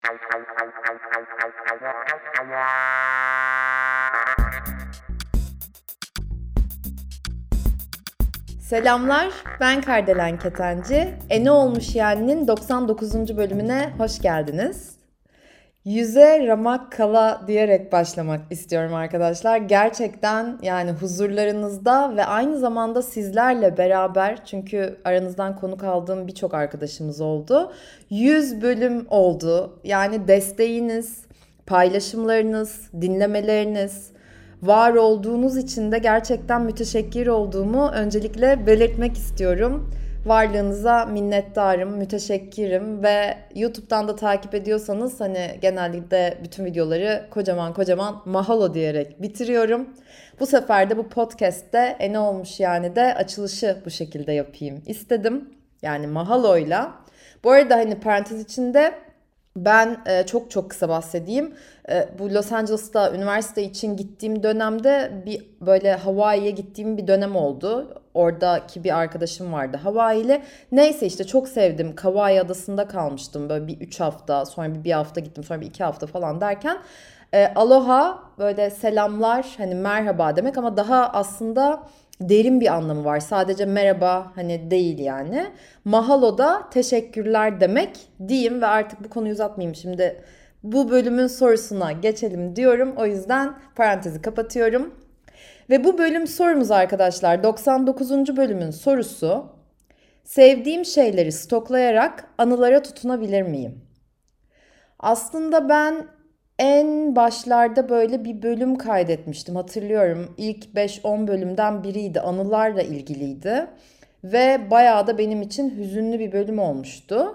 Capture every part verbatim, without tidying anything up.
Selamlar, ben Kardelen Ketenci. E Ne Olmuş Yani'nin doksan dokuzuncu bölümüne hoş geldiniz. Yüze ramak kala diyerek başlamak istiyorum arkadaşlar. Gerçekten yani huzurlarınızda ve aynı zamanda sizlerle beraber, çünkü aranızdan konuk aldığım birçok arkadaşımız oldu. yüz bölüm oldu. Yani desteğiniz, paylaşımlarınız, dinlemeleriniz, var olduğunuz için de gerçekten müteşekkir olduğumu öncelikle belirtmek istiyorum. Varlığınıza minnettarım, müteşekkirim ve YouTube'dan da takip ediyorsanız hani genellikle bütün videoları kocaman kocaman mahalo diyerek bitiriyorum. Bu sefer de bu podcast'te E Ne Olmuş Yani de açılışı bu şekilde yapayım istedim. Yani mahaloyla. Bu arada hani parantez içinde ben e, çok çok kısa bahsedeyim. E, bu Los Angeles'ta üniversite için gittiğim dönemde bir böyle Hawaii'ye gittiğim bir dönem oldu. Oradaki bir arkadaşım vardı Hawaii'li. Neyse işte çok sevdim. Kauai adasında kalmıştım. Böyle bir üç hafta, sonra bir, bir hafta gittim, sonra bir iki hafta falan derken. E, aloha böyle selamlar, hani merhaba demek ama daha aslında derin bir anlamı var. Sadece merhaba hani değil yani. Mahalo da teşekkürler demek diyeyim ve artık bu konuyu uzatmayayım. Şimdi bu bölümün sorusuna geçelim diyorum. O yüzden parantezi kapatıyorum. Ve bu bölüm sorumuz arkadaşlar, doksan dokuzuncu bölümün sorusu: sevdiğim şeyleri stoklayarak anılara tutunabilir miyim? Aslında ben en başlarda böyle bir bölüm kaydetmiştim, hatırlıyorum. İlk beş on bölümden biriydi, anılarla ilgiliydi. Ve bayağı da benim için hüzünlü bir bölüm olmuştu.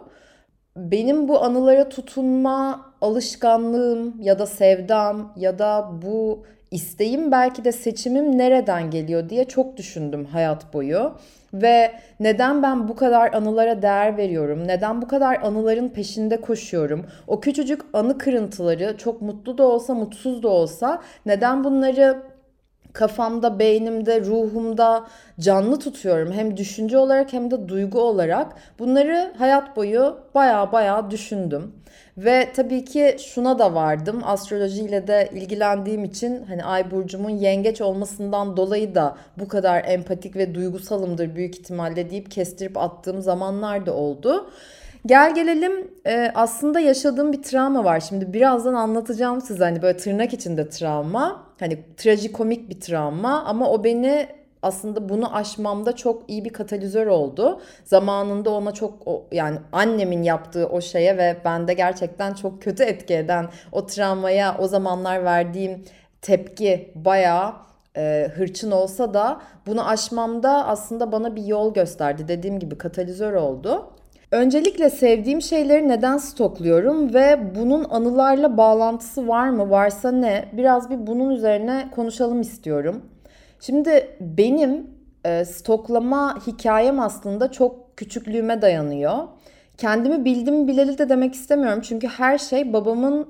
Benim bu anılara tutunma alışkanlığım ya da sevdam ya da bu isteğim, belki de seçimim nereden geliyor diye çok düşündüm hayat boyu. Ve neden ben bu kadar anılara değer veriyorum? Neden bu kadar anıların peşinde koşuyorum? O küçücük anı kırıntıları, çok mutlu da olsa, mutsuz da olsa, neden bunları kafamda, beynimde, ruhumda canlı tutuyorum? Hem düşünce olarak hem de duygu olarak. Bunları hayat boyu baya baya düşündüm. Ve tabii ki şuna da vardım. Astrolojiyle de ilgilendiğim için hani ay burcumun yengeç olmasından dolayı da bu kadar empatik ve duygusalımdır büyük ihtimalle deyip kestirip attığım zamanlar da oldu. Gel gelelim e, aslında yaşadığım bir travma var. Şimdi birazdan anlatacağım size, hani böyle tırnak içinde travma. Hani trajikomik bir travma ama o beni aslında bunu aşmamda çok iyi bir katalizör oldu. Zamanında ona çok o, yani annemin yaptığı o şeye ve bende gerçekten çok kötü etki eden o travmaya o zamanlar verdiğim tepki bayağı e, hırçın olsa da bunu aşmamda aslında bana bir yol gösterdi. Dediğim gibi katalizör oldu. Öncelikle sevdiğim şeyleri neden stokluyorum ve bunun anılarla bağlantısı var mı? Varsa ne? Biraz bir bunun üzerine konuşalım istiyorum. Şimdi benim e, stoklama hikayem aslında çok küçüklüğüme dayanıyor. Kendimi bildim bileli de demek istemiyorum. Çünkü her şey babamın,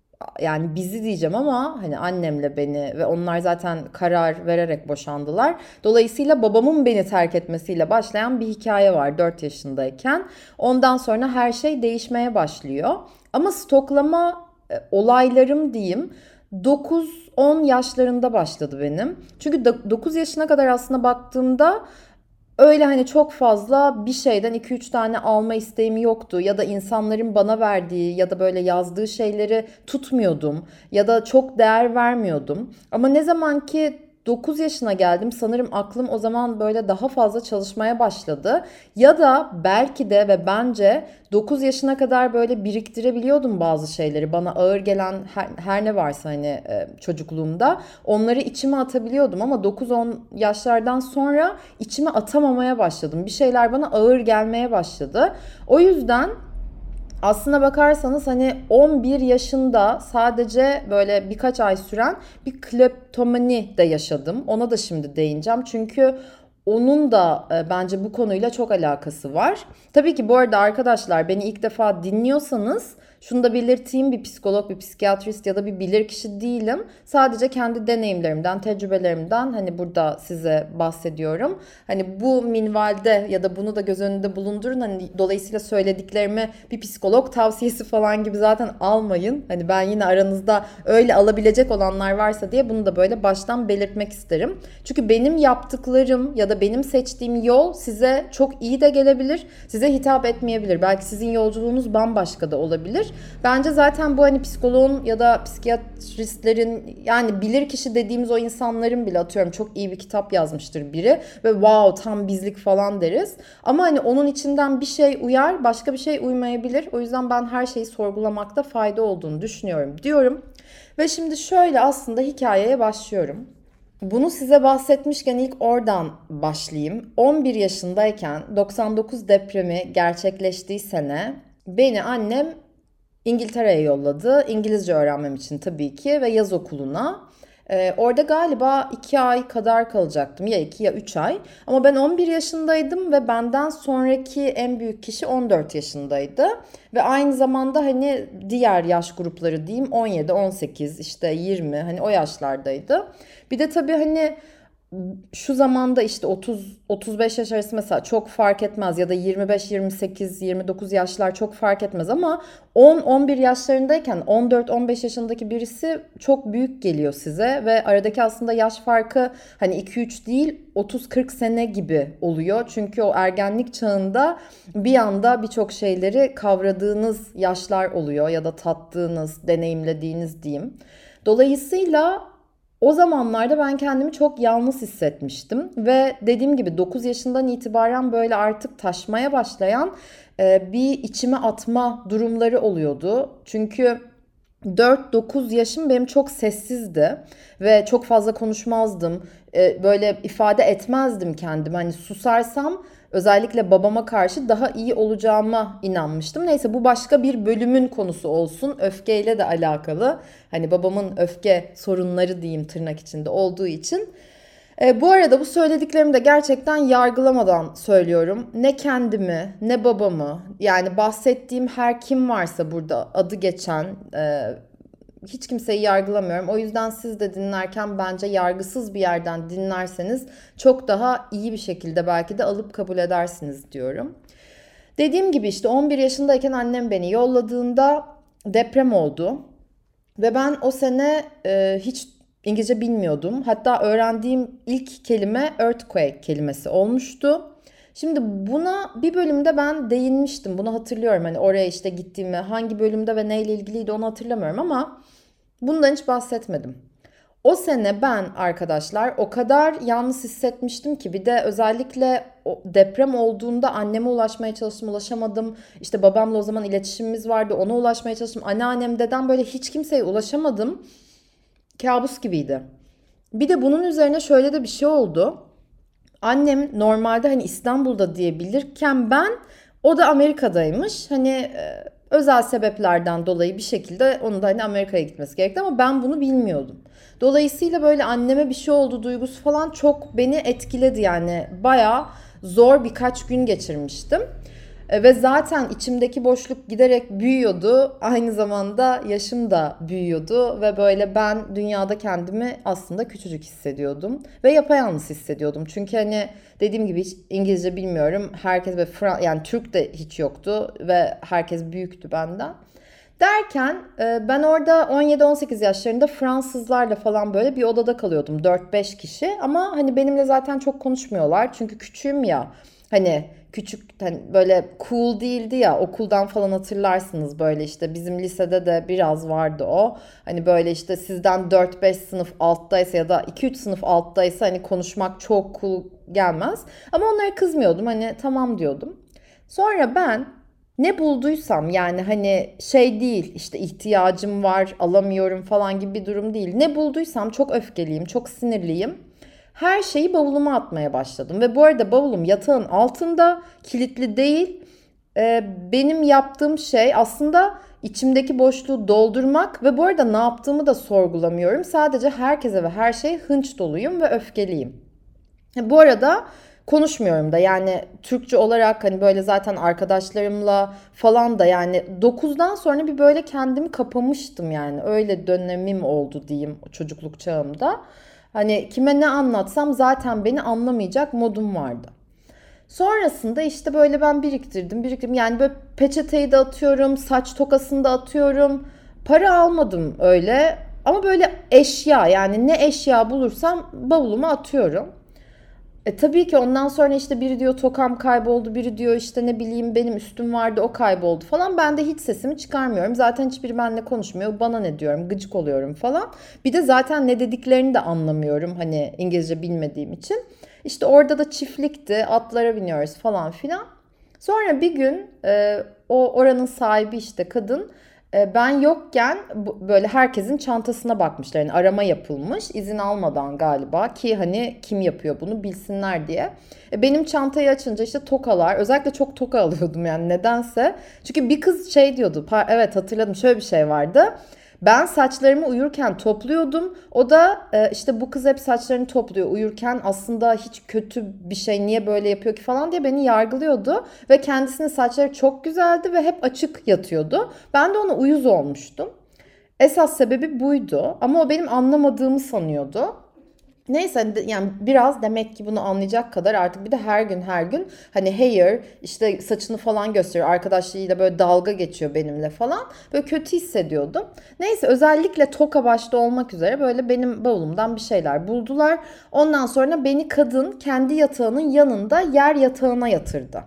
yani bizi diyeceğim ama hani annemle beni, ve onlar zaten karar vererek boşandılar. Dolayısıyla babamın beni terk etmesiyle başlayan bir hikaye var dört yaşındayken. Ondan sonra her şey değişmeye başlıyor. Ama stoklama e, olaylarım diyeyim dokuz on yaşlarında başladı benim. Çünkü dokuz yaşına kadar aslında baktığımda öyle hani çok fazla bir şeyden iki üç tane alma isteğim yoktu. Ya da insanların bana verdiği ya da böyle yazdığı şeyleri tutmuyordum. Ya da çok değer vermiyordum. Ama ne zaman ki dokuz yaşına geldim, sanırım aklım o zaman böyle daha fazla çalışmaya başladı. Ya da belki de ve bence dokuz yaşına kadar böyle biriktirebiliyordum bazı şeyleri. Bana ağır gelen her, her ne varsa hani e, çocukluğumda onları içime atabiliyordum. Ama dokuz on yaşlardan sonra içime atamamaya başladım. Bir şeyler bana ağır gelmeye başladı. O yüzden aslına bakarsanız hani on bir yaşında sadece böyle birkaç ay süren bir kleptomani de yaşadım. Ona da şimdi değineceğim. Çünkü onun da e, bence bu konuyla çok alakası var. Tabii ki bu arada arkadaşlar, beni ilk defa dinliyorsanız şunu da belirteyim, bir psikolog, bir psikiyatrist ya da bir bilirkişi değilim. Sadece kendi deneyimlerimden, tecrübelerimden hani burada size bahsediyorum. Hani bu minvalde ya da bunu da göz önünde bulundurun. Hani dolayısıyla söylediklerimi bir psikolog tavsiyesi falan gibi zaten almayın. Hani ben yine aranızda öyle alabilecek olanlar varsa diye bunu da böyle baştan belirtmek isterim. Çünkü benim yaptıklarım ya da benim seçtiğim yol size çok iyi de gelebilir, size hitap etmeyebilir. Belki sizin yolculuğunuz bambaşka da olabilir. Bence zaten bu hani psikoloğun ya da psikiyatristlerin, yani bilirkişi dediğimiz o insanların bile, atıyorum çok iyi bir kitap yazmıştır biri ve wow tam bizlik falan deriz. Ama hani onun içinden bir şey uyar, başka bir şey uymayabilir. O yüzden ben her şeyi sorgulamakta fayda olduğunu düşünüyorum diyorum. Ve şimdi şöyle aslında hikayeye başlıyorum. Bunu size bahsetmişken ilk oradan başlayayım. on bir yaşındayken doksan dokuz depremi gerçekleştiği sene beni annem İngiltere'ye yolladı. İngilizce öğrenmem için tabii ki ve yaz okuluna. Ee, orada galiba iki ay kadar kalacaktım. Ya iki ya üç ay. Ama ben on bir yaşındaydım ve benden sonraki en büyük kişi on dört yaşındaydı. Ve aynı zamanda hani diğer yaş grupları diyeyim on yedi, on sekiz, işte yirmi, hani o yaşlardaydı. Bir de tabii hani şu zamanda işte otuz otuz beş yaş arası mesela çok fark etmez ya da yirmi beş, yirmi sekiz, yirmi dokuz yaşlar çok fark etmez ama on on bir yaşlarındayken on dört on beş yaşındaki birisi çok büyük geliyor size ve aradaki aslında yaş farkı hani iki üç değil otuz kırk sene gibi oluyor. Çünkü o ergenlik çağında bir anda birçok şeyleri kavradığınız yaşlar oluyor ya da tattığınız, deneyimlediğiniz diyeyim. Dolayısıyla o zamanlarda ben kendimi çok yalnız hissetmiştim ve dediğim gibi dokuz yaşından itibaren böyle artık taşmaya başlayan e, bir içime atma durumları oluyordu. Çünkü dört dokuz yaşım benim çok sessizdi ve çok fazla konuşmazdım. E, böyle ifade etmezdim kendimi. Hani susarsam özellikle babama karşı daha iyi olacağıma inanmıştım. Neyse bu başka bir bölümün konusu olsun. Öfkeyle de alakalı. Hani babamın öfke sorunları diyeyim tırnak içinde olduğu için. E, bu arada bu söylediklerimi de gerçekten yargılamadan söylüyorum. Ne kendimi ne babamı, yani bahsettiğim her kim varsa burada adı geçen e, hiç kimseyi yargılamıyorum. O yüzden siz de dinlerken bence yargısız bir yerden dinlerseniz çok daha iyi bir şekilde belki de alıp kabul edersiniz diyorum. Dediğim gibi işte on bir yaşındayken annem beni yolladığında deprem oldu. Ve ben o sene e, hiç İngilizce bilmiyordum. Hatta öğrendiğim ilk kelime earthquake kelimesi olmuştu. Şimdi buna bir bölümde ben değinmiştim. Bunu hatırlıyorum. Hani oraya işte gittiğimi, hangi bölümde ve neyle ilgiliydi onu hatırlamıyorum ama bundan hiç bahsetmedim. O sene ben arkadaşlar o kadar yalnız hissetmiştim ki, bir de özellikle o deprem olduğunda anneme ulaşmaya çalıştım, ulaşamadım. İşte babamla o zaman iletişimimiz vardı, ona ulaşmaya çalıştım. Anneannem, dedem, böyle hiç kimseye ulaşamadım. Kabus gibiydi. Bir de bunun üzerine şöyle de bir şey oldu. Annem normalde hani İstanbul'da diyebilirken ben, o da Amerika'daymış. Hani e, özel sebeplerden dolayı bir şekilde onun da hani Amerika'ya gitmesi gerekti ama ben bunu bilmiyordum. Dolayısıyla böyle anneme bir şey oldu duygusu falan çok beni etkiledi, yani bayağı zor birkaç gün geçirmiştim. E, Ve zaten içimdeki boşluk giderek büyüyordu. Aynı zamanda yaşım da büyüyordu ve böyle ben dünyada kendimi aslında küçücük hissediyordum ve yapayalnız hissediyordum. Çünkü hani dediğim gibi hiç İngilizce bilmiyorum. Herkes ve Fra- yani Türk de hiç yoktu ve herkes büyüktü benden. Derken e, ben orada on yedi on sekiz yaşlarında Fransızlarla falan böyle bir odada kalıyordum, dört beş kişi, ama hani benimle zaten çok konuşmuyorlar çünkü küçüğüm ya. Hani küçük, hani böyle cool değildi ya, okuldan falan hatırlarsınız, böyle işte bizim lisede de biraz vardı o. Hani böyle işte sizden dört beş sınıf alttaysa ya da iki üç sınıf alttaysa hani konuşmak çok cool gelmez. Ama onlara kızmıyordum, hani tamam diyordum. Sonra ben ne bulduysam, yani hani şey değil işte ihtiyacım var alamıyorum falan gibi bir durum değil. Ne bulduysam çok öfkeliyim, çok sinirliyim. Her şeyi bavuluma atmaya başladım. Ve bu arada bavulum yatağın altında, kilitli değil. Ee, benim yaptığım şey aslında içimdeki boşluğu doldurmak ve bu arada ne yaptığımı da sorgulamıyorum. Sadece herkese ve her şeye hınç doluyum ve öfkeliyim. Bu arada konuşmuyorum da yani Türkçe olarak hani böyle zaten arkadaşlarımla falan da yani dokuzdan sonra bir böyle kendimi kapamıştım yani öyle dönemim oldu diyeyim çocukluk çağımda. Hani kime ne anlatsam zaten beni anlamayacak modum vardı. Sonrasında işte böyle ben biriktirdim, biriktirdim. Yani böyle peçeteyi de atıyorum, saç tokasını da atıyorum. Para almadım öyle. Ama böyle eşya yani ne eşya bulursam bavuluma atıyorum. E tabii ki ondan sonra işte biri diyor tokam kayboldu, biri diyor işte ne bileyim benim üstüm vardı o kayboldu falan. Ben de hiç sesimi çıkarmıyorum. Zaten hiçbiri benimle konuşmuyor. Bana ne diyorum, gıcık oluyorum falan. Bir de zaten ne dediklerini de anlamıyorum hani İngilizce bilmediğim için. İşte orada da çiftlikti, atlara biniyoruz falan filan. Sonra bir gün e, o oranın sahibi işte kadın e, ben yokken bu, böyle herkesin çantasına bakmışlar. Yani arama yapılmış izin almadan galiba ki hani kim yapıyor bunu bilsinler diye. E, benim çantayı açınca işte tokalar özellikle çok toka alıyordum yani nedense. Çünkü bir kız şey diyordu evet hatırladım şöyle bir şey vardı. Ben saçlarımı uyurken topluyordum. O da e, işte bu kız hep saçlarını topluyor uyurken aslında hiç kötü bir şey niye böyle yapıyor ki falan diye beni yargılıyordu. Ve kendisinin saçları çok güzeldi ve hep açık yatıyordu. Ben de ona uyuz olmuştum. Esas sebebi buydu ama o benim anlamadığımı sanıyordu. Neyse yani biraz demek ki bunu anlayacak kadar artık bir de her gün her gün hani hair işte saçını falan gösteriyor arkadaşlarıyla böyle dalga geçiyor benimle falan böyle kötü hissediyordum. Neyse özellikle toka başta olmak üzere böyle benim bavulumdan bir şeyler buldular. Ondan sonra beni kadın kendi yatağının yanında yer yatağına yatırdı.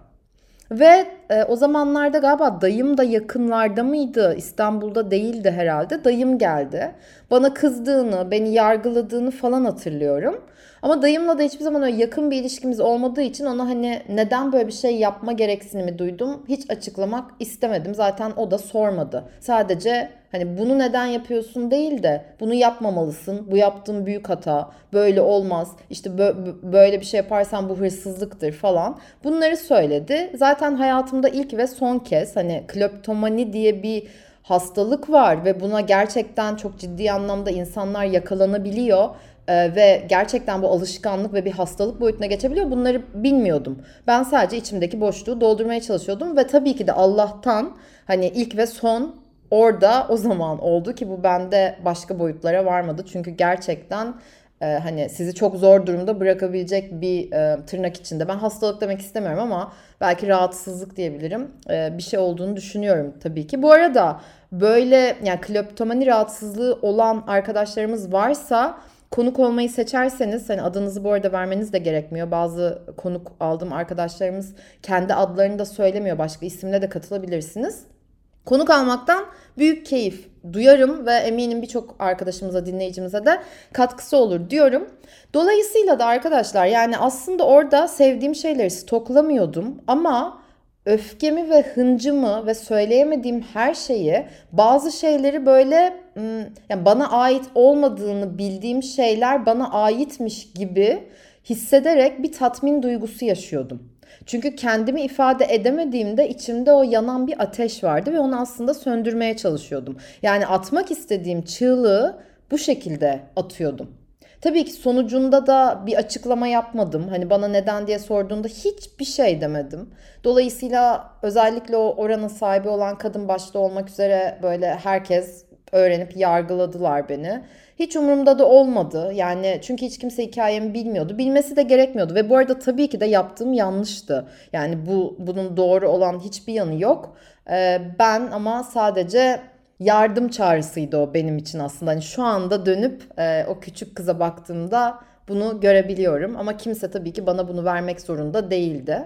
Ve e, o zamanlarda galiba dayım da yakınlarda mıydı? İstanbul'da değildi herhalde. Dayım geldi. Bana kızdığını, beni yargıladığını falan hatırlıyorum. Ama dayımla da hiçbir zaman öyle yakın bir ilişkimiz olmadığı için ona hani neden böyle bir şey yapma gereksinimi duydum hiç açıklamak istemedim. Zaten o da sormadı. Sadece hani bunu neden yapıyorsun değil de bunu yapmamalısın. Bu yaptığın büyük hata. Böyle olmaz. İşte böyle bir şey yaparsan bu hırsızlıktır falan. Bunları söyledi. Zaten hayatımda ilk ve son kez hani kleptomani diye bir hastalık var ve buna gerçekten çok ciddi anlamda insanlar yakalanabiliyor. Ee, ve gerçekten bu alışkanlık ve bir hastalık boyutuna geçebiliyor. Bunları bilmiyordum. Ben sadece içimdeki boşluğu doldurmaya çalışıyordum ve tabii ki de Allah'tan hani ilk ve son orada o zaman oldu ki bu bende başka boyutlara varmadı. Çünkü gerçekten e, hani sizi çok zor durumda bırakabilecek bir e, tırnak içinde. Ben hastalık demek istemiyorum ama belki rahatsızlık diyebilirim. E, bir şey olduğunu düşünüyorum tabii ki. Bu arada böyle yani kleptomani rahatsızlığı olan arkadaşlarımız varsa konuk olmayı seçerseniz hani adınızı bu arada vermeniz de gerekmiyor. Bazı konuk aldığım arkadaşlarımız kendi adlarını da söylemiyor. Başka isimle de katılabilirsiniz. Konuk almaktan büyük keyif duyarım ve eminim birçok arkadaşımıza, dinleyicimize de katkısı olur diyorum. Dolayısıyla da arkadaşlar yani aslında orada sevdiğim şeyleri stoklamıyordum ama öfkemi ve hıncımı ve söyleyemediğim her şeyi bazı şeyleri böyle yani bana ait olmadığını bildiğim şeyler bana aitmiş gibi hissederek bir tatmin duygusu yaşıyordum. Çünkü kendimi ifade edemediğimde içimde o yanan bir ateş vardı ve onu aslında söndürmeye çalışıyordum. Yani atmak istediğim çığlığı bu şekilde atıyordum. Tabii ki sonucunda da bir açıklama yapmadım. Hani bana neden diye sorduğunda hiçbir şey demedim. Dolayısıyla özellikle o oranın sahibi olan kadın başta olmak üzere böyle herkes öğrenip yargıladılar beni. Hiç umurumda da olmadı. Yani çünkü hiç kimse hikayemi bilmiyordu. Bilmesi de gerekmiyordu. Ve bu arada tabii ki de yaptığım yanlıştı. Yani bu bunun doğru olan hiçbir yanı yok. Ee, ben ama sadece yardım çağrısıydı o benim için aslında. Hani şu anda dönüp e, o küçük kıza baktığımda bunu görebiliyorum. Ama kimse tabii ki bana bunu vermek zorunda değildi.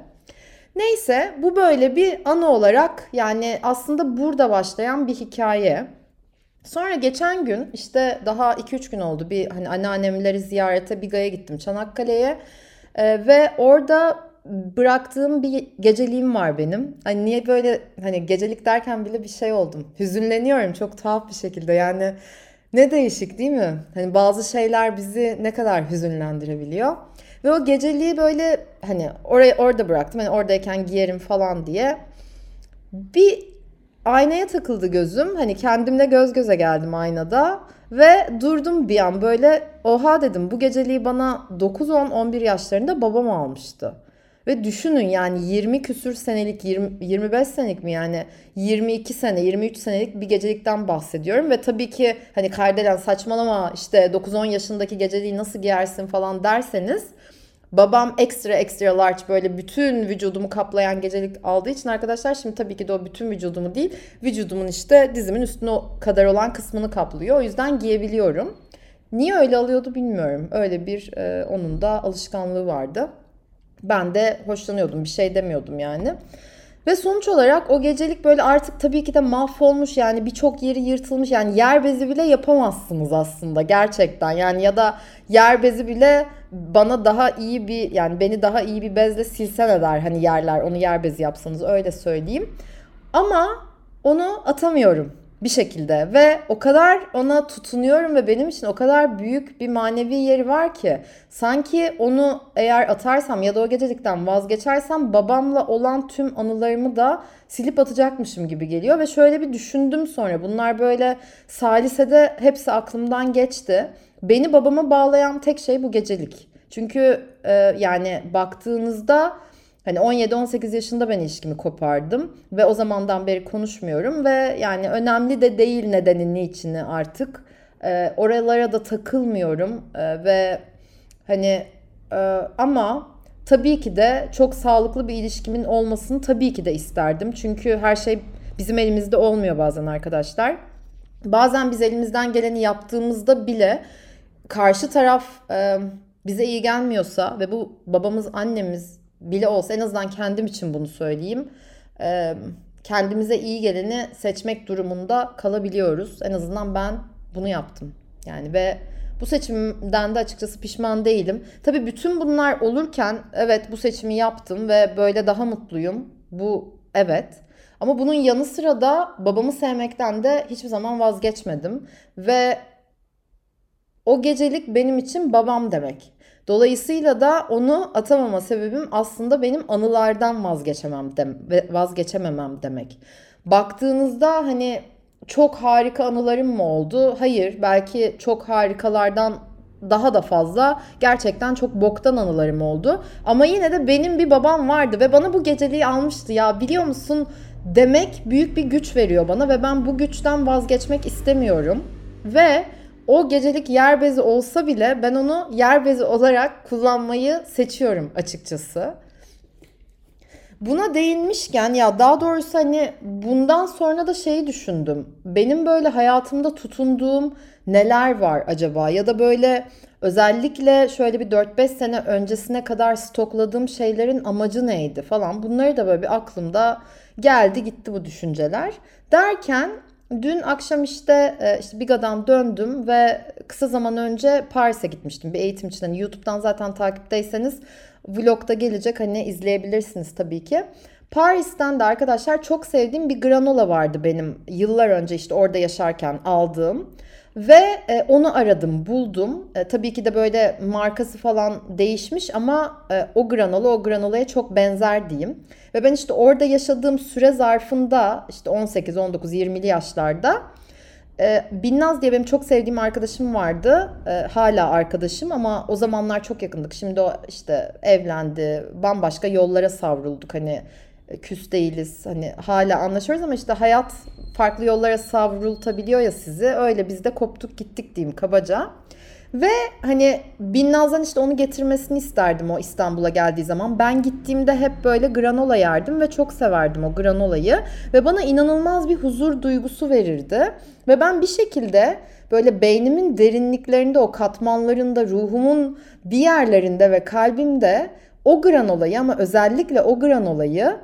Neyse bu böyle bir anı olarak yani aslında burada başlayan bir hikaye. Sonra geçen gün işte daha iki üç gün oldu bir hani anneannemleri ziyarete Biga'ya gittim Çanakkale'ye. Ee, ve orada bıraktığım bir geceliğim var benim. Hani niye böyle hani gecelik derken bile bir şey oldum. Hüzünleniyorum çok tuhaf bir şekilde yani ne değişik değil mi? Hani bazı şeyler bizi ne kadar hüzünlendirebiliyor. Ve o geceliği böyle hani oraya orada bıraktım. Hani oradayken giyerim falan diye. Bir aynaya takıldı gözüm. Hani kendimle göz göze geldim aynada. Ve durdum bir an böyle oha dedim bu geceliği bana dokuz on on bir yaşlarında babam almıştı. Ve düşünün yani yirmi küsür senelik, yirmi, yirmi beş senelik mi yani yirmi iki sene, yirmi üç senelik bir gecelikten bahsediyorum. Ve tabii ki hani Kardelen saçmalama işte dokuz on yaşındaki geceliği nasıl giyersin falan derseniz, babam ekstra ekstra large böyle bütün vücudumu kaplayan gecelik aldığı için arkadaşlar, şimdi tabii ki de o bütün vücudumu değil, vücudumun işte dizimin üstüne kadar olan kısmını kaplıyor. O yüzden giyebiliyorum. Niye öyle alıyordu bilmiyorum. Öyle bir e, onun da alışkanlığı vardı. Ben de hoşlanıyordum, bir şey demiyordum yani. Ve sonuç olarak o gecelik böyle artık tabii ki de mahvolmuş, yani birçok yeri yırtılmış, yani yer bezi bile yapamazsınız aslında gerçekten yani, ya da yer bezi bile bana daha iyi bir, yani beni daha iyi bir bezle silsen eder hani yerler, onu yer bezi yapsanız, öyle söyleyeyim. Ama onu atamıyorum bir şekilde ve o kadar ona tutunuyorum ve benim için o kadar büyük bir manevi yeri var ki, sanki onu eğer atarsam ya da o gecelikten vazgeçersem babamla olan tüm anılarımı da silip atacakmışım gibi geliyor. Ve şöyle bir düşündüm sonra, bunlar böyle salisede hepsi aklımdan geçti. Beni babama bağlayan tek şey bu gecelik. Çünkü e, yani baktığınızda hani on yedi on sekiz yaşında ben ilişkimi kopardım ve o zamandan beri konuşmuyorum ve yani önemli de değil nedeni niçini artık. Ee, oralara da takılmıyorum Ee, ve hani e, ama tabii ki de çok sağlıklı bir ilişkimin olmasını tabii ki de isterdim. Çünkü her şey bizim elimizde olmuyor bazen arkadaşlar. Bazen biz elimizden geleni yaptığımızda bile karşı taraf e, bize iyi gelmiyorsa ve bu babamız annemiz bile olsa, en azından kendim için bunu söyleyeyim, e, kendimize iyi geleni seçmek durumunda kalabiliyoruz. En azından ben bunu yaptım yani ve bu seçimden de açıkçası pişman değilim. Tabii bütün bunlar olurken evet bu seçimi yaptım ve böyle daha mutluyum. Bu evet. Ama bunun yanı sıra da babamı sevmekten de hiçbir zaman vazgeçmedim. Ve o gecelik benim için babam demek. Dolayısıyla da onu atamama sebebim aslında benim anılardan vazgeçemem dem vazgeçememem demek. Baktığınızda hani çok harika anılarım mı oldu? Hayır, belki çok harikalardan daha da fazla gerçekten çok boktan anılarım oldu. Ama yine de benim bir babam vardı ve bana bu geceliği almıştı ya, biliyor musun demek büyük bir güç veriyor bana ve ben bu güçten vazgeçmek istemiyorum. Ve o gecelik yer bezi olsa bile ben onu yer bezi olarak kullanmayı seçiyorum açıkçası. Buna değinmişken, ya daha doğrusu hani bundan sonra da şeyi düşündüm. Benim böyle hayatımda tutunduğum neler var acaba? Ya da böyle özellikle şöyle bir dört beş sene öncesine kadar stokladığım şeylerin amacı neydi falan. Bunları da böyle bir aklımda geldi gitti bu düşünceler. Derken dün akşam işte, e, işte Biga'dan döndüm ve kısa zaman önce Paris'e gitmiştim bir eğitim için. Hani YouTube'dan zaten takipteyseniz vlogda gelecek, hani izleyebilirsiniz tabii ki. Paris'ten de arkadaşlar çok sevdiğim bir granola vardı benim yıllar önce işte orada yaşarken aldığım. Ve e, onu aradım, buldum. E, tabii ki de böyle markası falan değişmiş ama e, o granola o granolaya çok benzer diyeyim. Ve ben işte orada yaşadığım süre zarfında işte on sekiz on dokuz yirmili yaşlarda e, Binnaz diye benim çok sevdiğim arkadaşım vardı. E, hala arkadaşım ama o zamanlar çok yakındık. Şimdi o işte evlendi, bambaşka yollara savrulduk. Hani e, küs değiliz, hani hala anlaşıyoruz ama işte hayat farklı yollara savrultabiliyor ya sizi. Öyle biz de koptuk gittik diyeyim kabaca. Ve hani Binnaz'dan işte onu getirmesini isterdim o İstanbul'a geldiği zaman. Ben gittiğimde hep böyle granola yerdim ve çok severdim o granolayı. Ve bana inanılmaz bir huzur duygusu verirdi. Ve ben bir şekilde böyle beynimin derinliklerinde, o katmanlarında, ruhumun bir yerlerinde ve kalbimde o granolayı, ama özellikle o granolayı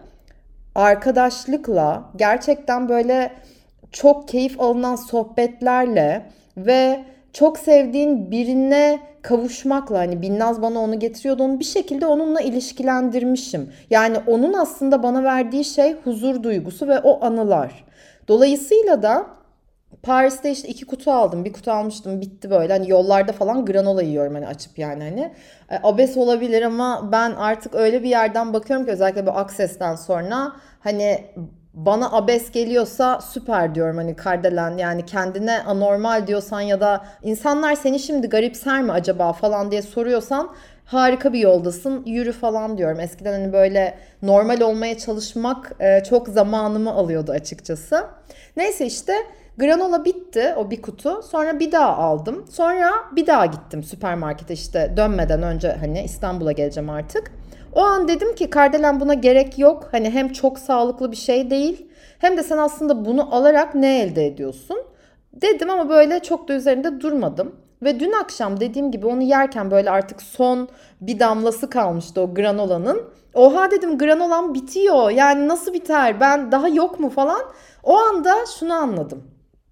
arkadaşlıkla, gerçekten böyle çok keyif alınan sohbetlerle ve çok sevdiğin birine kavuşmakla, hani Binnaz bana onu getiriyordu, onu bir şekilde onunla ilişkilendirmişim. Yani onun aslında bana verdiği şey huzur duygusu ve o anılar. Dolayısıyla da Paris'te işte iki kutu aldım. Bir kutu almıştım, bitti böyle. Hani yollarda falan granola yiyorum hani açıp, yani hani. E, abes olabilir ama ben artık öyle bir yerden bakıyorum ki, özellikle bu Access'ten sonra hani bana abes geliyorsa süper diyorum hani Kardelen, yani kendine anormal diyorsan ya da insanlar seni şimdi garipser mi acaba falan diye soruyorsan harika bir yoldasın, yürü falan diyorum. Eskiden hani böyle normal olmaya çalışmak e, çok zamanımı alıyordu açıkçası. Neyse işte granola bitti, o bir kutu. Sonra bir daha aldım. Sonra bir daha gittim süpermarkete, işte dönmeden önce, hani İstanbul'a geleceğim artık. O an dedim ki Kardelen, buna gerek yok. Hani hem çok sağlıklı bir şey değil, hem de sen aslında bunu alarak ne elde ediyorsun dedim, ama böyle çok da üzerinde durmadım. Ve dün akşam dediğim gibi onu yerken böyle artık son bir damlası kalmıştı o granolanın. Oha dedim, granolam bitiyor. Yani nasıl biter? Ben daha yok mu falan. O anda şunu anladım.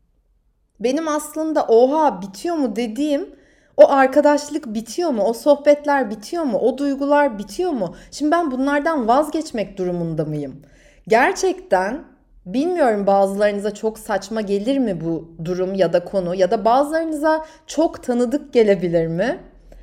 Benim aslında oha bitiyor mu dediğim o arkadaşlık bitiyor mu? O sohbetler bitiyor mu? O duygular bitiyor mu? Şimdi ben bunlardan vazgeçmek durumunda mıyım? Gerçekten bilmiyorum, bazılarınıza çok saçma gelir mi bu durum ya da konu, ya da bazılarınıza çok tanıdık gelebilir mi?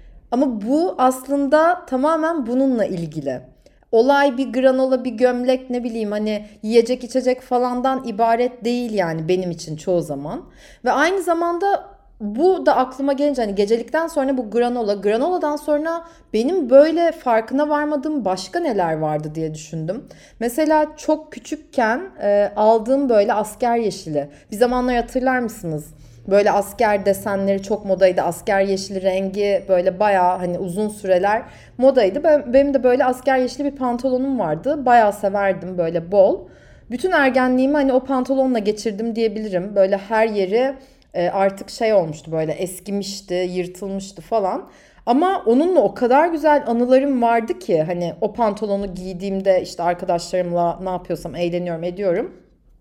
Ama bu aslında tamamen bununla ilgili. Olay bir granola, bir gömlek, ne bileyim hani yiyecek içecek falandan ibaret değil yani benim için çoğu zaman. Ve aynı zamanda bu da aklıma gelince, hani gecelikten sonra bu granola, granoladan sonra benim böyle farkına varmadığım başka neler vardı diye düşündüm. Mesela çok küçükken e, aldığım böyle asker yeşili. Bir zamanlar hatırlar mısınız? Böyle asker desenleri çok modaydı. Asker yeşili rengi böyle bayağı hani uzun süreler modaydı. Ben, benim de böyle asker yeşili bir pantolonum vardı. Bayağı severdim, böyle bol. Bütün ergenliğimi hani o pantolonla geçirdim diyebilirim. Böyle her yeri e, artık şey olmuştu, böyle eskimişti, yırtılmıştı falan. Ama onunla o kadar güzel anılarım vardı ki, hani o pantolonu giydiğimde işte arkadaşlarımla ne yapıyorsam eğleniyorum, ediyorum.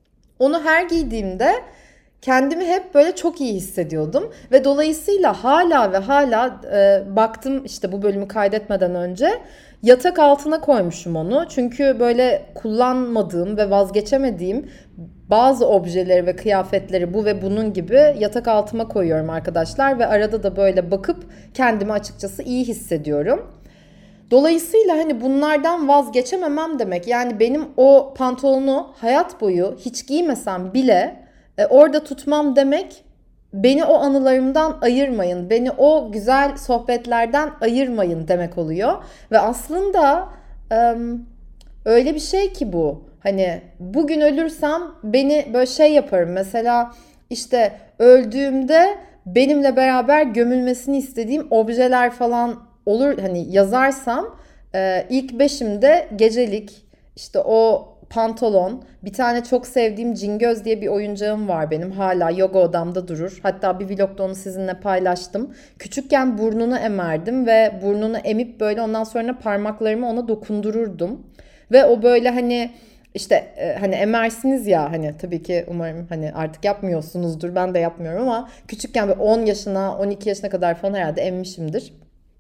Onu her giydiğimde kendimi hep böyle çok iyi hissediyordum ve dolayısıyla hala ve hala e, baktım işte bu bölümü kaydetmeden önce yatak altına koymuşum onu. Çünkü böyle kullanmadığım ve vazgeçemediğim bazı objeleri ve kıyafetleri, bu ve bunun gibi, yatak altıma koyuyorum arkadaşlar ve arada da böyle bakıp kendimi açıkçası iyi hissediyorum. Dolayısıyla hani bunlardan vazgeçememem demek. Yani benim o pantolonu hayat boyu hiç giymesem bile e, orada tutmam demek, beni o anılarımdan ayırmayın, beni o güzel sohbetlerden ayırmayın demek oluyor. Ve aslında e, öyle bir şey ki bu. Hani bugün ölürsem beni böyle şey yaparım. Mesela işte öldüğümde benimle beraber gömülmesini istediğim objeler falan olur, hani yazarsam e, ilk beşimde gecelik işte o pantolon, bir tane çok sevdiğim Cingöz diye bir oyuncağım var benim, hala yoga odamda durur. Hatta bir vlogda onu sizinle paylaştım. Küçükken burnunu emerdim ve burnunu emip böyle ondan sonra parmaklarımı ona dokundururdum. Ve o böyle hani işte e, hani emersiniz ya, hani tabii ki umarım hani artık yapmıyorsunuzdur, ben de yapmıyorum, ama küçükken böyle on yaşına on iki yaşına kadar falan herhalde emmişimdir.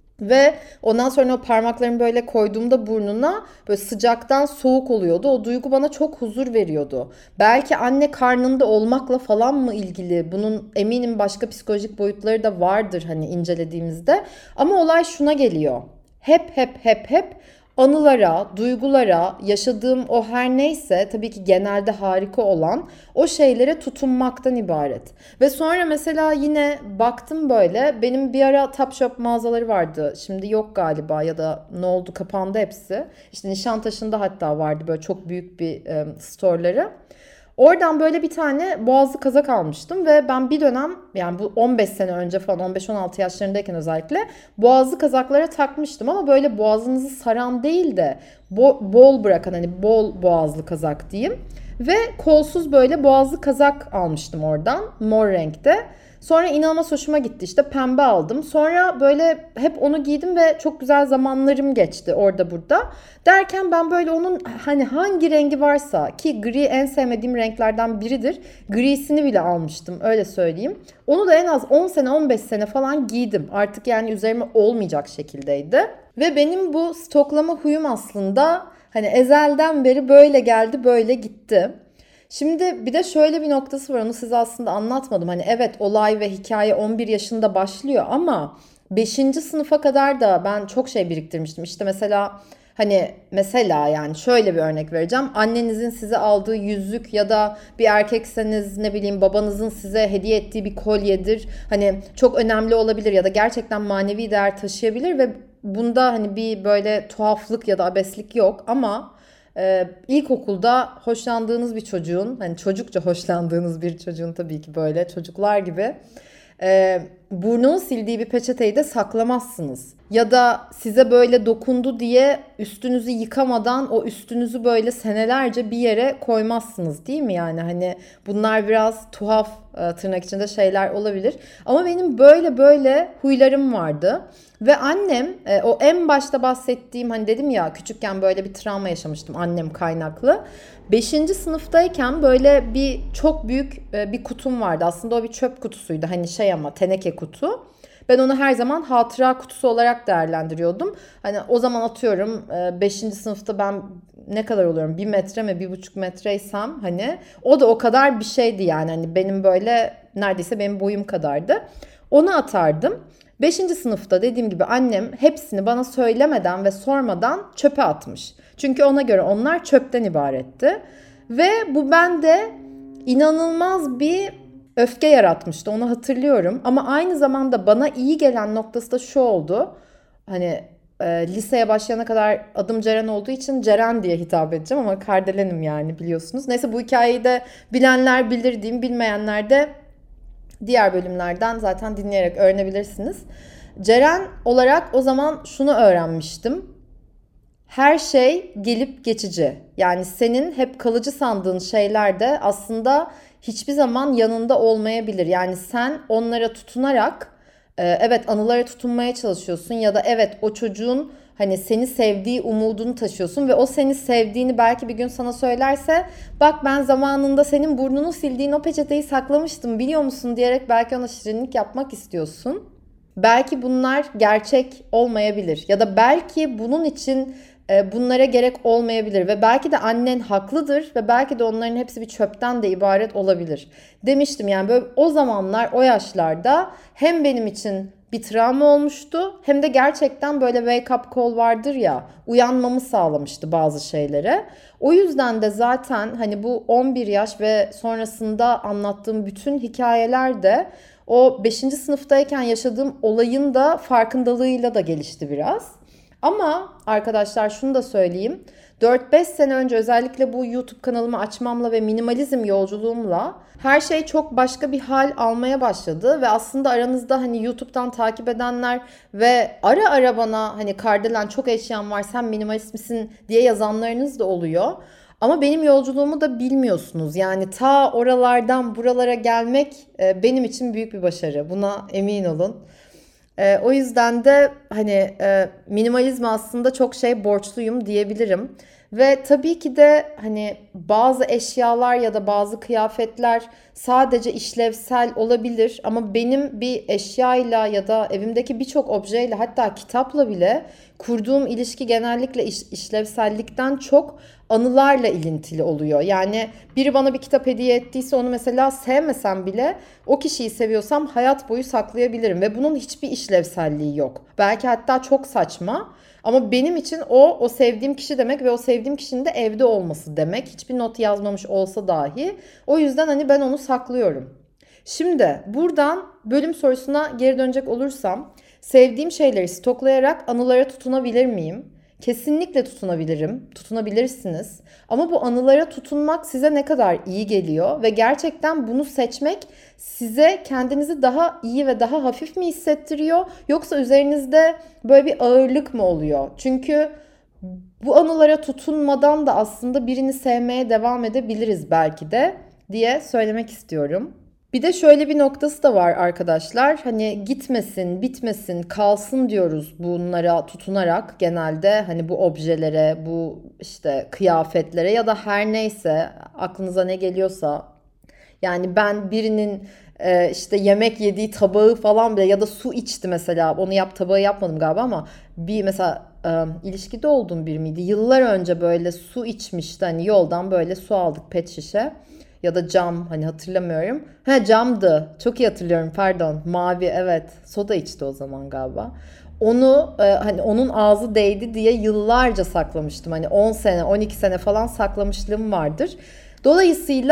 Ve ondan sonra o parmaklarımı böyle koyduğumda burnuna böyle sıcaktan soğuk oluyordu. O duygu bana çok huzur veriyordu. Belki anne karnında olmakla falan mı ilgili? Bunun eminim başka psikolojik boyutları da vardır hani incelediğimizde. Ama olay şuna geliyor. Hep hep hep hep anılara, duygulara, yaşadığım o her neyse, tabii ki genelde harika olan o şeylere tutunmaktan ibaret. Ve sonra mesela yine baktım, böyle benim bir ara Topshop mağazaları vardı. Şimdi yok galiba, ya da ne oldu, kapandı hepsi. İşte Nişantaşı'nda hatta vardı böyle çok büyük bir e, storeları. Oradan böyle bir tane boğazlı kazak almıştım ve ben bir dönem, yani bu on beş sene önce falan, on beş on altı yaşlarındayken özellikle boğazlı kazaklara takmıştım, ama böyle boğazınızı saran değil de bo- bol bırakan, hani bol boğazlı kazak diyeyim. Ve kolsuz böyle boğazlı kazak almıştım oradan, mor renkte. Sonra inanılmaz hoşuma gitti, işte pembe aldım. Sonra böyle hep onu giydim ve çok güzel zamanlarım geçti orada burada. Derken ben böyle onun hani hangi rengi varsa, ki gri en sevmediğim renklerden biridir, grisini bile almıştım, öyle söyleyeyim. Onu da en az on sene on beş sene falan giydim. Artık yani üzerime olmayacak şekildeydi. Ve benim bu stoklama huyum aslında hani ezelden beri böyle geldi, böyle gitti. Şimdi bir de şöyle bir noktası var, onu size aslında anlatmadım. Hani evet, olay ve hikaye on bir yaşında başlıyor, ama beşinci sınıfa kadar da ben çok şey biriktirmiştim. İşte mesela hani mesela yani şöyle bir örnek vereceğim. Annenizin size aldığı yüzük ya da bir erkekseniz ne bileyim babanızın size hediye ettiği bir kolyedir. Hani çok önemli olabilir ya da gerçekten manevi değer taşıyabilir ve bunda hani bir böyle tuhaflık ya da abeslik yok ama e, ilkokulda hoşlandığınız bir çocuğun, hani çocukça hoşlandığınız bir çocuğun, tabii ki böyle çocuklar gibi e, burnunu sildiği bir peçeteyi de saklamazsınız. Ya da size böyle dokundu diye üstünüzü yıkamadan o üstünüzü böyle senelerce bir yere koymazsınız, değil mi? Yani hani bunlar biraz tuhaf, e, tırnak içinde şeyler olabilir. Ama benim böyle böyle huylarım vardı. Ve annem e, o en başta bahsettiğim, hani dedim ya küçükken böyle bir travma yaşamıştım annem kaynaklı. Beşinci sınıftayken böyle bir çok büyük e, bir kutum vardı. Aslında o bir çöp kutusuydu. Hani şey ama teneke kutu. Ben onu her zaman hatıra kutusu olarak değerlendiriyordum. Hani o zaman atıyorum beşinci sınıfta ben ne kadar oluyorum? Bir metre mi, bir buçuk metreysem hani o da o kadar bir şeydi yani. Hani benim böyle neredeyse benim boyum kadardı. Onu atardım. Beşinci sınıfta dediğim gibi annem hepsini bana söylemeden ve sormadan çöpe atmış. Çünkü ona göre onlar çöpten ibaretti. Ve bu bende inanılmaz bir öfke yaratmıştı, onu hatırlıyorum. Ama aynı zamanda bana iyi gelen noktası da şu oldu. Hani e, liseye başlayana kadar adım Ceren olduğu için Ceren diye hitap edeceğim ama Kardelenim yani, biliyorsunuz. Neyse, bu hikayeyi de bilenler bilir diyeyim, bilmeyenler de diğer bölümlerden zaten dinleyerek öğrenebilirsiniz. Ceren olarak o zaman şunu öğrenmiştim. Her şey gelip geçici. Yani senin hep kalıcı sandığın şeyler de aslında hiçbir zaman yanında olmayabilir. Yani sen onlara tutunarak evet anılara tutunmaya çalışıyorsun ya da evet o çocuğun hani seni sevdiği umudunu taşıyorsun ve o seni sevdiğini belki bir gün sana söylerse, bak ben zamanında senin burnunu sildiğin o peçeteyi saklamıştım biliyor musun diyerek belki ona şirinlik yapmak istiyorsun. Belki bunlar gerçek olmayabilir ya da belki bunun için bunlara gerek olmayabilir ve belki de annen haklıdır ve belki de onların hepsi bir çöpten de ibaret olabilir demiştim. Yani böyle o zamanlar, o yaşlarda hem benim için bir travma olmuştu hem de gerçekten böyle wake up call vardır ya, uyanmamı sağlamıştı bazı şeylere. O yüzden de zaten hani bu on bir yaş ve sonrasında anlattığım bütün hikayeler de o beşinci sınıftayken yaşadığım olayın da farkındalığıyla da gelişti biraz. Ama arkadaşlar şunu da söyleyeyim. dört beş sene önce özellikle bu YouTube kanalımı açmamla ve minimalizm yolculuğumla her şey çok başka bir hal almaya başladı. Ve aslında aranızda hani YouTube'dan takip edenler ve ara ara bana hani Kardelen çok eşyan var sen minimalist misin diye yazanlarınız da oluyor. Ama benim yolculuğumu da bilmiyorsunuz. Yani ta oralardan buralara gelmek benim için büyük bir başarı. Buna emin olun. E, o yüzden de hani e, minimalizme aslında çok şey borçluyum diyebilirim. Ve tabii ki de hani bazı eşyalar ya da bazı kıyafetler sadece işlevsel olabilir. Ama benim bir eşyayla ya da evimdeki birçok objeyle, hatta kitapla bile kurduğum ilişki genellikle iş, işlevsellikten çok anılarla ilintili oluyor. Yani biri bana bir kitap hediye ettiyse onu mesela sevmesem bile o kişiyi seviyorsam hayat boyu saklayabilirim ve bunun hiçbir işlevselliği yok. Belki hatta çok saçma ama benim için o o sevdiğim kişi demek ve o sevdiğim kişinin de evde olması demek. Hiçbir not yazmamış olsa dahi. O yüzden hani ben onu saklıyorum. Şimdi buradan bölüm sorusuna geri dönecek olursam, sevdiğim şeyleri stoklayarak anılara tutunabilir miyim? Kesinlikle tutunabilirim, tutunabilirsiniz. Ama bu anılara tutunmak size ne kadar iyi geliyor ve gerçekten bunu seçmek size kendinizi daha iyi ve daha hafif mi hissettiriyor, yoksa üzerinizde böyle bir ağırlık mı oluyor? Çünkü bu anılara tutunmadan da aslında birini sevmeye devam edebiliriz belki de diye söylemek istiyorum. Bir de şöyle bir noktası da var arkadaşlar. Hani gitmesin, bitmesin, kalsın diyoruz bunlara tutunarak genelde. Hani bu objelere, bu işte kıyafetlere ya da her neyse aklınıza ne geliyorsa. Yani ben birinin e, işte yemek yediği tabağı falan bile ya da su içti mesela. Onu yap tabağı yapmadım galiba ama bir mesela e, ilişkide olduğum biri miydi? Yıllar önce böyle su içmişti. Hani yoldan böyle su aldık, pet şişe. Ya da cam, hani hatırlamıyorum. He, camdı. Çok iyi hatırlıyorum, pardon. Mavi, evet. Soda içti o zaman galiba. Onu e, hani onun ağzı değdi diye yıllarca saklamıştım. Hani on sene on iki sene falan saklamışlığım vardır. Dolayısıyla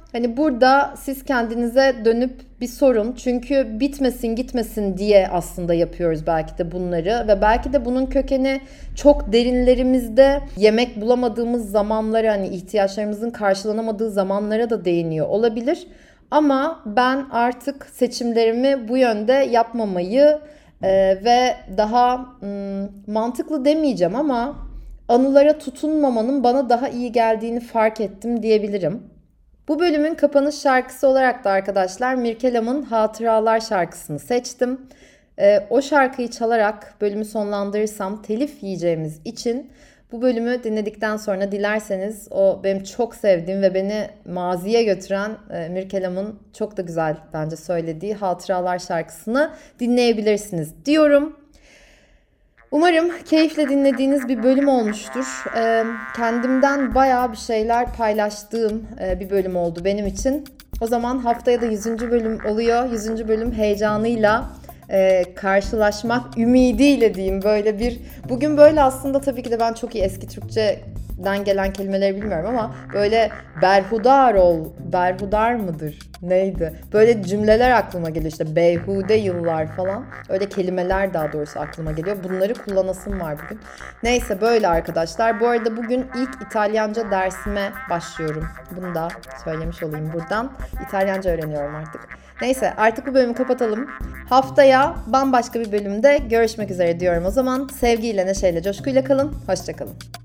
hani burada siz kendinize dönüp bir sorun. Çünkü bitmesin gitmesin diye aslında yapıyoruz belki de bunları. Ve belki de bunun kökeni çok derinlerimizde yemek bulamadığımız zamanlara, hani ihtiyaçlarımızın karşılanamadığı zamanlara da değiniyor olabilir. Ama ben artık seçimlerimi bu yönde yapmamayı e, ve daha m, mantıklı demeyeceğim ama anılara tutunmamanın bana daha iyi geldiğini fark ettim diyebilirim. Bu bölümün kapanış şarkısı olarak da arkadaşlar Mirkelam'ın Hatıralar şarkısını seçtim. Ee, o şarkıyı çalarak bölümü sonlandırırsam telif yiyeceğimiz için bu bölümü dinledikten sonra dilerseniz o benim çok sevdiğim ve beni maziye götüren e, Mirkelam'ın çok da güzel bence söylediği Hatıralar şarkısını dinleyebilirsiniz diyorum. Umarım keyifle dinlediğiniz bir bölüm olmuştur. Ee, kendimden bayağı bir şeyler paylaştığım e, bir bölüm oldu benim için. O zaman haftaya da yüzüncü bölüm oluyor. yüzüncü bölüm heyecanıyla e, karşılaşmak ümidiyle diyeyim. Böyle bir bugün böyle aslında tabii ki de ben çok iyi eski Türkçeden gelen kelimeleri bilmiyorum ama böyle berhudar ol, berhudar mıdır? Neydi? Böyle cümleler aklıma geliyor işte beyhude yıllar falan. Öyle kelimeler daha doğrusu aklıma geliyor. Bunları kullanasım var bugün. Neyse böyle arkadaşlar. Bu arada bugün ilk İtalyanca dersime başlıyorum. Bunu da söylemiş olayım buradan. İtalyanca öğreniyorum artık. Neyse artık bu bölümü kapatalım. Haftaya bambaşka bir bölümde görüşmek üzere diyorum o zaman. Sevgiyle, neşeyle, coşkuyla kalın. Hoşça kalın.